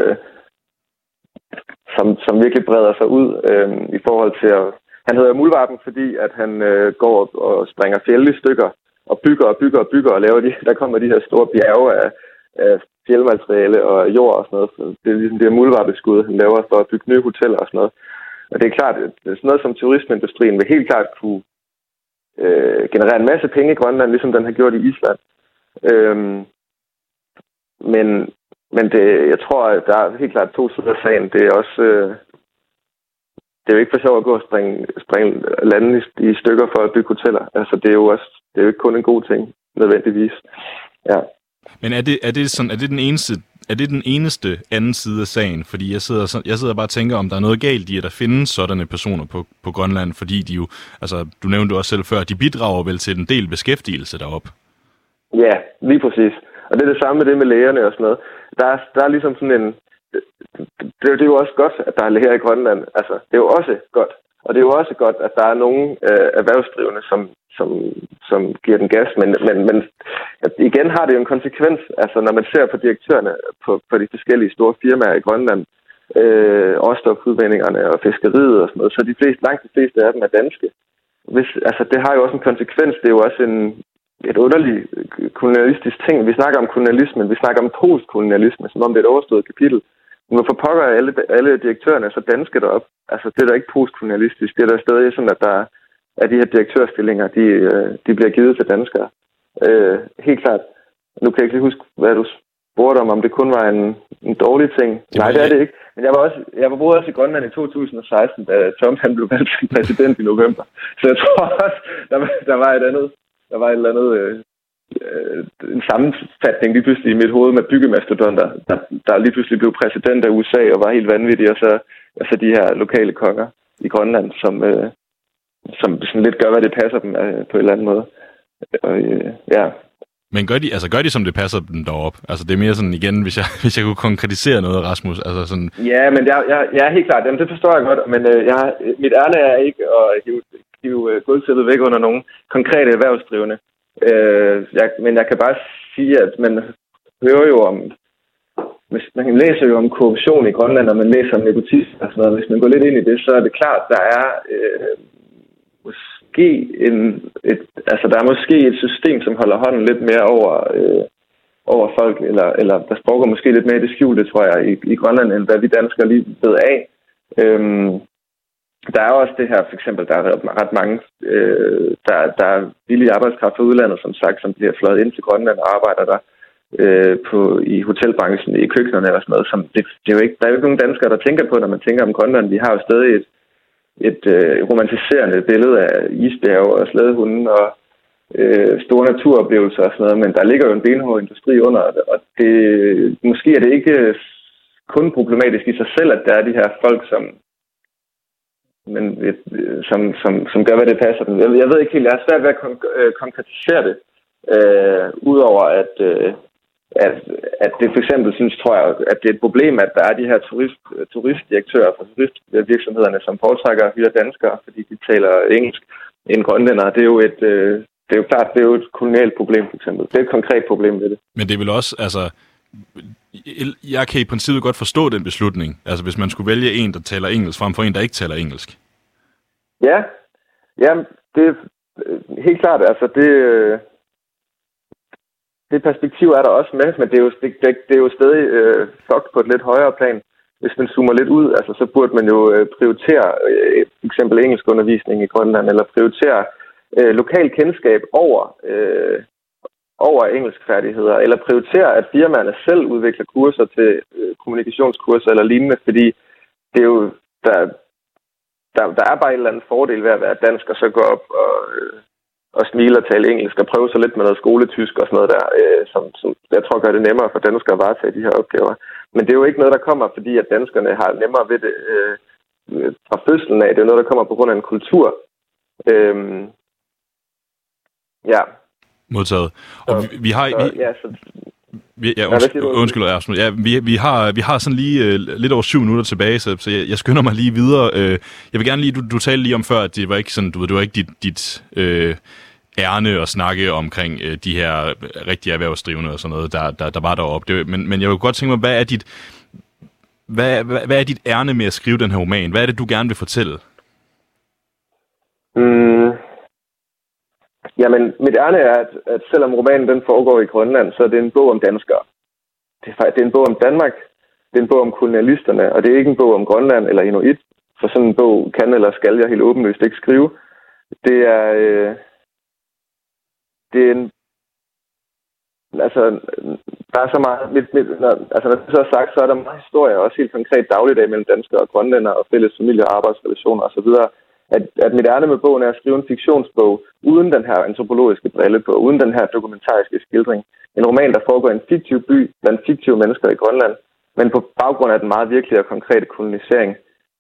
som virkelig breder sig ud i forhold til at... Han hedder Muldvarpen, fordi at han går og springer fjelde i stykker, og bygger og laver der kommer de her store bjerge af fjeldmateriale og jord og sådan noget. Det er ligesom det her muldvarpeskud, han laver for at bygge nye hoteller og sådan noget. Og det er klart, at sådan noget som turismeindustrien vil helt klart kunne generere en masse penge i Grønland, ligesom den har gjort i Island. Men jeg tror, at der er helt klart to sider af sagen. Det er også... det er jo ikke for sjovt at gå og springe landet i stykker for at bygge hoteller. Altså, det er jo ikke kun en god ting, nødvendigvis. Ja. Men er det den eneste er det den eneste anden side af sagen? Fordi jeg sidder bare og tænker, om der er noget galt i, at der findes sådanne personer på Grønland, fordi de jo, altså du nævnte også selv før, de bidrager vel til en del beskæftigelse deroppe. Ja, lige præcis. Og det er det samme med det med lægerne og sådan noget. Der er ligesom sådan en... Det er jo også godt, at der er læger i Grønland. Altså, det er jo også godt. Og det er jo også godt, at der er nogle erhvervsdrivende, som giver den gas. Men igen har det jo en konsekvens, altså når man ser på direktørerne på de forskellige store firmaer i Grønland, råstofudvindingerne og fiskeriet og sådan noget, så langt de fleste af dem er danske. Altså, det har jo også en konsekvens. Det er jo også et underligt kolonialistisk ting. Vi snakker om kolonialismen, vi snakker om postkolonialisme, som om det er et overstået kapitel. Men hvorfor pokker alle direktørerne så danske derop? Altså, det er da ikke postkolonialistisk. Det er da stadig sådan, at der er de her direktørstillinger, de bliver givet til danskere. Helt klart. Nu kan jeg ikke lige huske, hvad du spurgte om det kun var en dårlig ting. Nej, det er det ikke. Men jeg boede også i Grønland i 2016, da Trump han blev valgt som præsident i november. Så jeg tror også, der var et eller andet en sammenfatning lige pludselig i mit hoved med byggemastodonter, der lige pludselig blev præsident af USA og var helt vanvittig, og så de her lokale konger i Grønland, som sådan lidt gør, hvad det passer dem på en eller anden måde. Og, ja. Men gør de, som det passer dem deroppe? Altså, det er mere sådan, igen, hvis jeg kunne konkretisere noget, Rasmus. Altså sådan... Ja, men jeg er helt klart. Jamen, det forstår jeg godt, men mit ærne er ikke at hive guldsættet væk under nogen konkrete erhvervsdrivende. Men jeg kan bare sige, at man hører jo om... Man læser jo om korruption i Grønland, og man læser om nepotisme og sådan noget. Hvis man går lidt ind i det, så er det klart, der er... der er måske et system, som holder hånden lidt mere over folk, eller der foregår måske lidt mere i det skjulte, tror jeg, i Grønland, end hvad vi danskere lige ved af. Der er også det her, for eksempel, der er ret mange, der er billig arbejdskraft fra udlandet, som sagt, som bliver fløjet ind til Grønland og arbejder der i hotelbranchen, i køkkenerne eller sådan noget. Der er jo ikke nogen danskere, der tænker på, når man tænker om Grønland. Vi har jo stadig et romantiserende billede af isbjerge og slædehunde og store naturoplevelser og sådan noget, men der ligger jo en benhård industri under, og måske er det ikke kun problematisk i sig selv, at der er de her folk, som gør, hvad det passer dem. Jeg ved ikke helt, jeg har svært ved at konkretisere det, udover at det for eksempel tror jeg, at det er et problem, at der er de her turistdirektører fra turistvirksomhederne, som foretrækker at hyre danskere, fordi de taler engelsk end grønlændere. Det er jo klart, det er jo et kolonialt problem, for eksempel. Det er et konkret problem ved det. Men det er vel også, altså... Jeg kan i princippet godt forstå den beslutning. Altså, hvis man skulle vælge en, der taler engelsk, frem for en, der ikke taler engelsk. Ja, det er helt klart. Altså, det perspektiv er der også med, men det er jo stadig fucked på et lidt højere plan. Hvis man zoomer lidt ud, altså, så burde man jo prioritere for eksempel engelskundervisning i Grønland, eller prioritere lokal kendskab over engelskfærdigheder, eller prioritere, at firmaerne selv udvikler kurser til kommunikationskurser eller lignende, fordi det er jo, der er bare en eller anden fordel ved at være dansk, og så gå op og smile og tale engelsk, og prøve så lidt med noget skoletysk og sådan noget der, som jeg tror gør det nemmere for danskere at varetage de her opgaver. Men det er jo ikke noget, der kommer, fordi at danskerne har nemmere ved det fra fødslen af. Det er noget, der kommer på grund af en kultur. Ja. Modtaget. Og vi har... Undskyld, Rasmus. Ja, vi har sådan lige lidt over 7 minutter tilbage, så jeg skynder mig lige videre. Jeg vil gerne lige, du talte lige om før, at det var ikke sådan, det var ikke dit ærne at snakke omkring de her rigtige erhvervsdrivende og sådan noget, der var deroppe. Men jeg vil godt tænke mig, hvad er dit ærne med at skrive den her roman? Hvad er det, du gerne vil fortælle? Jamen, mit ærne er, at selvom romanen den foregår i Grønland, så er det en bog om danskere. Det er en bog om Danmark, det er en bog om kolonialisterne, og det er ikke en bog om Grønland eller Inuit, for sådan en bog kan eller skal jeg helt åbenlyst ikke skrive. Det er en... Altså, der er så meget... når det så er sagt, så er der meget historie, også helt konkret dagligdag mellem danskere og grønlændere og fælles familie- og arbejdsrelationer osv., at mit ærne med bogen er at skrive en fiktionsbog uden den her antropologiske brille på, uden den her dokumentariske skildring. en roman, der foregår i en fiktiv by blandt fiktive mennesker i Grønland, men på baggrund af den meget virkelige og konkrete kolonisering.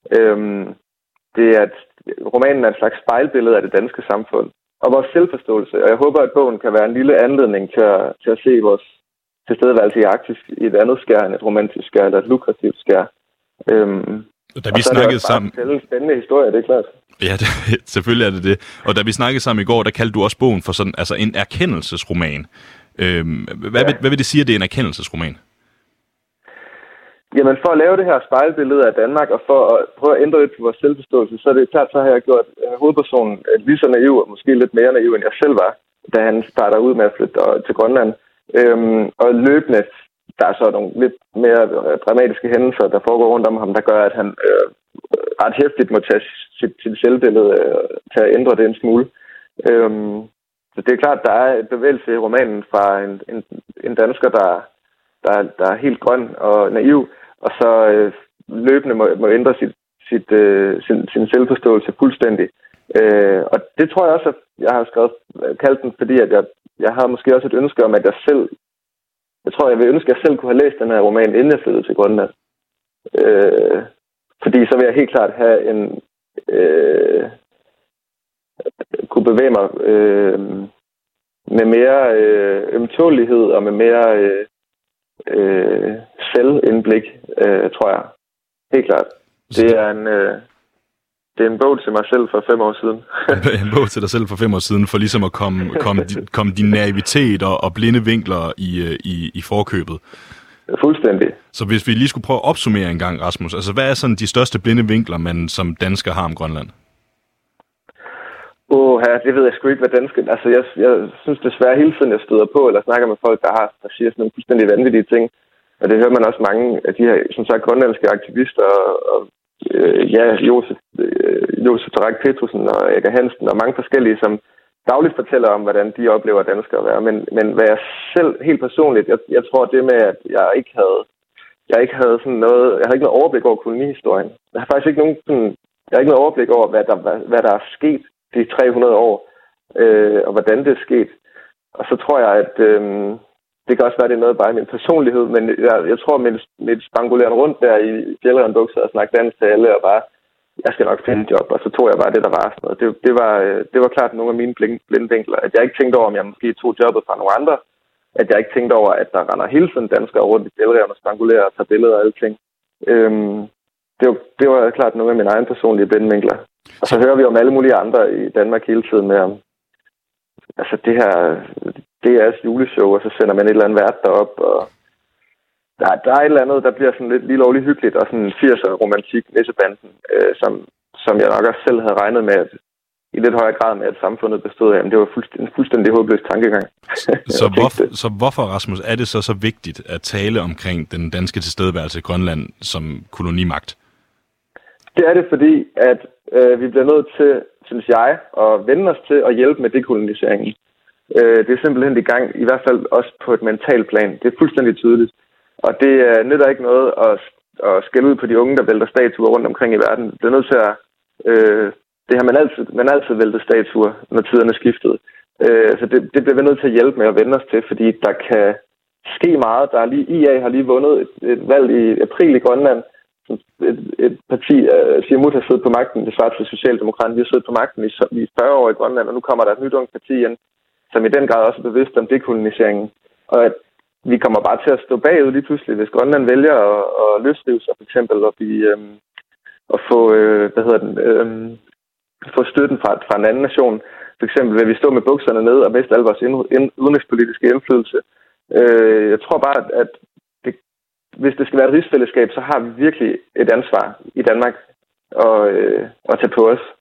Romanen er et slags spejlbillede af det danske samfund og vores selvforståelse, og jeg håber, at bogen kan være en lille anledning til at se vores tilstedeværelse i Arktis i et andet skær end et romantisk skær eller et lukrativt skær. Da vi snakkede sammen... Det er en spændende historie, det er klart. Ja, selvfølgelig er det det. Og da vi snakkede sammen i går, der kaldte du også bogen for sådan, altså en erkendelsesroman. Hvad vil det sige, at det er en erkendelsesroman? Jamen, for at lave det her spejlbillede af Danmark, og for at prøve at ændre lidt på vores selvforståelse, så er det klart, så har jeg gjort hovedpersonen lige så naiv, og måske lidt mere naiv, end jeg selv var, da han starter ud med at flytte til Grønland. Og løbende, der er så nogle lidt mere dramatiske hændelser, der foregår rundt om ham, der gør, at han ret hæftigt må tage sit selvbillede til at ændre det en smule. Så det er klart, der er et bevægelse i romanen fra en dansker, der er helt grøn og naiv, og så løbende må ændre sin selvforståelse fuldstændig. Og det tror jeg også, at jeg har kaldt den, fordi at jeg har måske også et ønske om, at jeg vil ønske, at jeg selv kunne have læst den her roman, inden jeg flyttede til Grønland. Fordi så vil jeg helt klart have kunne bevæge mig med mere ømtålighed og med mere selvindblik, tror jeg. Helt klart. Det er en bog til mig selv for 5 år siden. En bog til dig selv for 5 år siden, for ligesom at komme din naivitet og blinde vinkler i forkøbet. Fuldstændig. Så hvis vi lige skulle prøve at opsummere en gang, Rasmus, altså hvad er sådan de største blinde vinkler, man som dansker har om Grønland? Det ved jeg sgu ikke, hvad danske... Altså, jeg synes desværre hele tiden, jeg støder på, eller snakker med folk, der siger sådan nogle fuldstændig vanvittige ting. Og det hører man også mange af de her, som sagt, grønlandske aktivister, og Josef Tarak Petersen og Edgar Hansen, og mange forskellige, som dagligt fortæller om, hvordan de oplever danskere at være. Men hvad jeg selv, helt personligt, jeg tror det med, at jeg ikke havde sådan noget... Jeg havde ikke noget overblik over kolonihistorien. Jeg har faktisk ikke noget overblik over, hvad der er sket de 300 år, og hvordan det er sket. Og så tror jeg, at det kan også være, det er noget bare i min personlighed, men jeg tror, mit spanguleren rundt der i fjeldrevnbukser og snakke dansk til alle, og bare, jeg skal nok finde et job, og så tog jeg bare det, der var. Sådan noget. Det var klart nogle af mine blinde vinkler, at jeg ikke tænkte over, om jeg måske tog jobbet fra nogle andre, at jeg ikke tænkte over, at der render hele tiden danskere rundt i fjeldreven og spangulerer og tager billeder og alting. Det var klart nogle af mine egne personlige blinde vinkler. Og så hører vi om alle mulige andre i Danmark hele tiden med om, altså det her DR's juleshow, og så sender man et eller andet vært derop, og der er et eller andet, der bliver sådan lidt lige lovligt hyggeligt, og sådan 80'er romantik, nissebanden, som jeg nok også selv havde regnet med, at i lidt højere grad med, at samfundet bestod af, men det var en fuldstændig håbløs tankegang. Så hvorfor, Rasmus, er det så vigtigt at tale omkring den danske tilstedeværelse i Grønland som kolonimagt? Det er det, fordi at vi bliver nødt til, synes jeg, at vende os til at hjælpe med dekoloniseringen. Det er simpelthen i gang, i hvert fald også på et mentalt plan. Det er fuldstændig tydeligt. Og det nytter ikke noget at skælde ud på de unge, der vælter statuer rundt omkring i verden. Det er nødt til at... det har man altid væltet statuer, når tiderne skiftede. Så det bliver vi nødt til at hjælpe med at vende os til, fordi der kan ske meget. IA har lige vundet et valg i april i Grønland. Et parti, Siumut, har siddet på magten, det svarer til Socialdemokraterne, vi har siddet på magten i 40 år i Grønland, og nu kommer der et nyt ungt parti ind, som i den grad også er bevidst om dekoloniseringen. Og at vi kommer bare til at stå bagud lige pludselig, hvis Grønland vælger at løsrive sig, for eksempel, og få støtten fra en anden nation. For eksempel vil vi stå med bukserne ned og miste al vores udenrigspolitiske indflydelse. Jeg tror bare, at hvis det skal være et rigsfællesskab, så har vi virkelig et ansvar i Danmark at tage på os.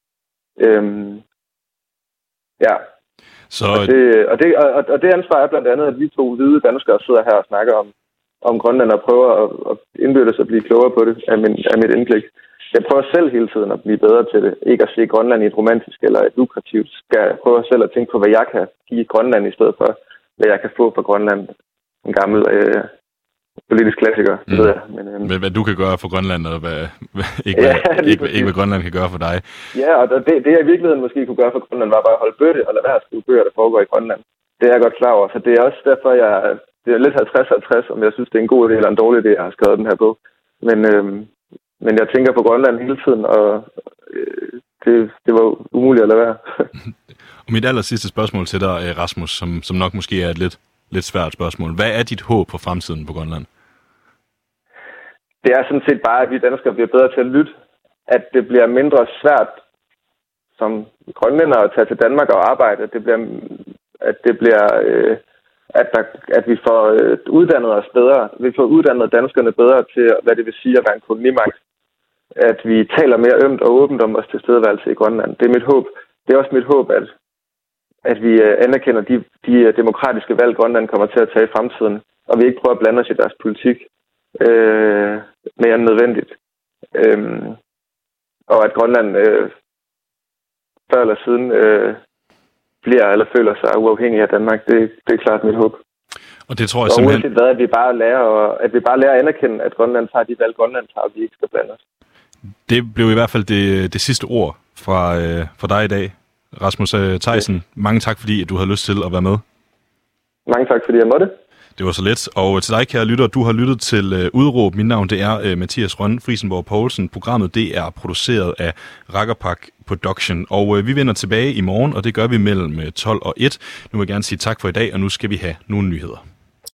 Ja. Så... Og det ansvar er blandt andet, at vi 2 hvide danskere sidder her og snakker om Grønland og prøver at indbydes og blive klogere på det af mit indblik. Jeg prøver selv hele tiden at blive bedre til det. Ikke at se Grønland i et romantisk eller et lukrativt. Jeg prøver selv at tænke på, hvad jeg kan give Grønland i stedet for, hvad jeg kan få fra Grønland. En gammel politisk klassiker, ved jeg. Men hvad du kan gøre for Grønland, og hvad Grønland kan gøre for dig. Ja, og det jeg i virkeligheden måske kunne gøre for Grønland, var bare at holde bøtte og lade være at skrive bøger, der foregår i Grønland. Det er jeg godt klar over. Så det er også derfor, det er lidt 50-50, om jeg synes, det er en god idé eller en dårlig idé, jeg har skrevet den her bog. Men jeg tænker på Grønland hele tiden, og det var umuligt at lade være. Og mit aller sidste spørgsmål til dig, Rasmus, som nok måske er et lidt svært spørgsmål. Hvad er dit håb for fremtiden på Grønland? Det er sådan set bare, at vi danskere bliver bedre til at lytte. At det bliver mindre svært som grønlændere at tage til Danmark og arbejde. At vi får uddannet os bedre. Vi får uddannet danskerne bedre til, hvad det vil sige at være en kolonimagt. At vi taler mere ømt og åbent om vores tilstedeværelse i Grønland. Det er mit håb. Det er også mit håb, at vi anerkender de demokratiske valg, Grønland kommer til at tage i fremtiden. Og vi ikke prøver at blande os i deres politik mere end nødvendigt. Og at Grønland før eller siden bliver eller føler sig uafhængig af Danmark, det er klart mit håb. Og det tror jeg simpelthen... Og uanset hvad, at vi bare lærer at anerkende, at Grønland tager de valg, Grønland tager, og vi ikke skal blande os. Det blev i hvert fald det sidste ord fra dig i dag, Rasmus Theisen. Mange tak, fordi du havde lyst til at være med. Mange tak, fordi jeg måtte. Det var så let. Og til dig, kære lytter, du har lyttet til Udråb. Mit navn det er Mathias Rønne Friesenborg Poulsen. Programmet det er produceret af Rakkerpak Production. Og vi vender tilbage i morgen, og det gør vi mellem 12 og 1. Nu vil jeg gerne sige tak for i dag, og nu skal vi have nogle nyheder.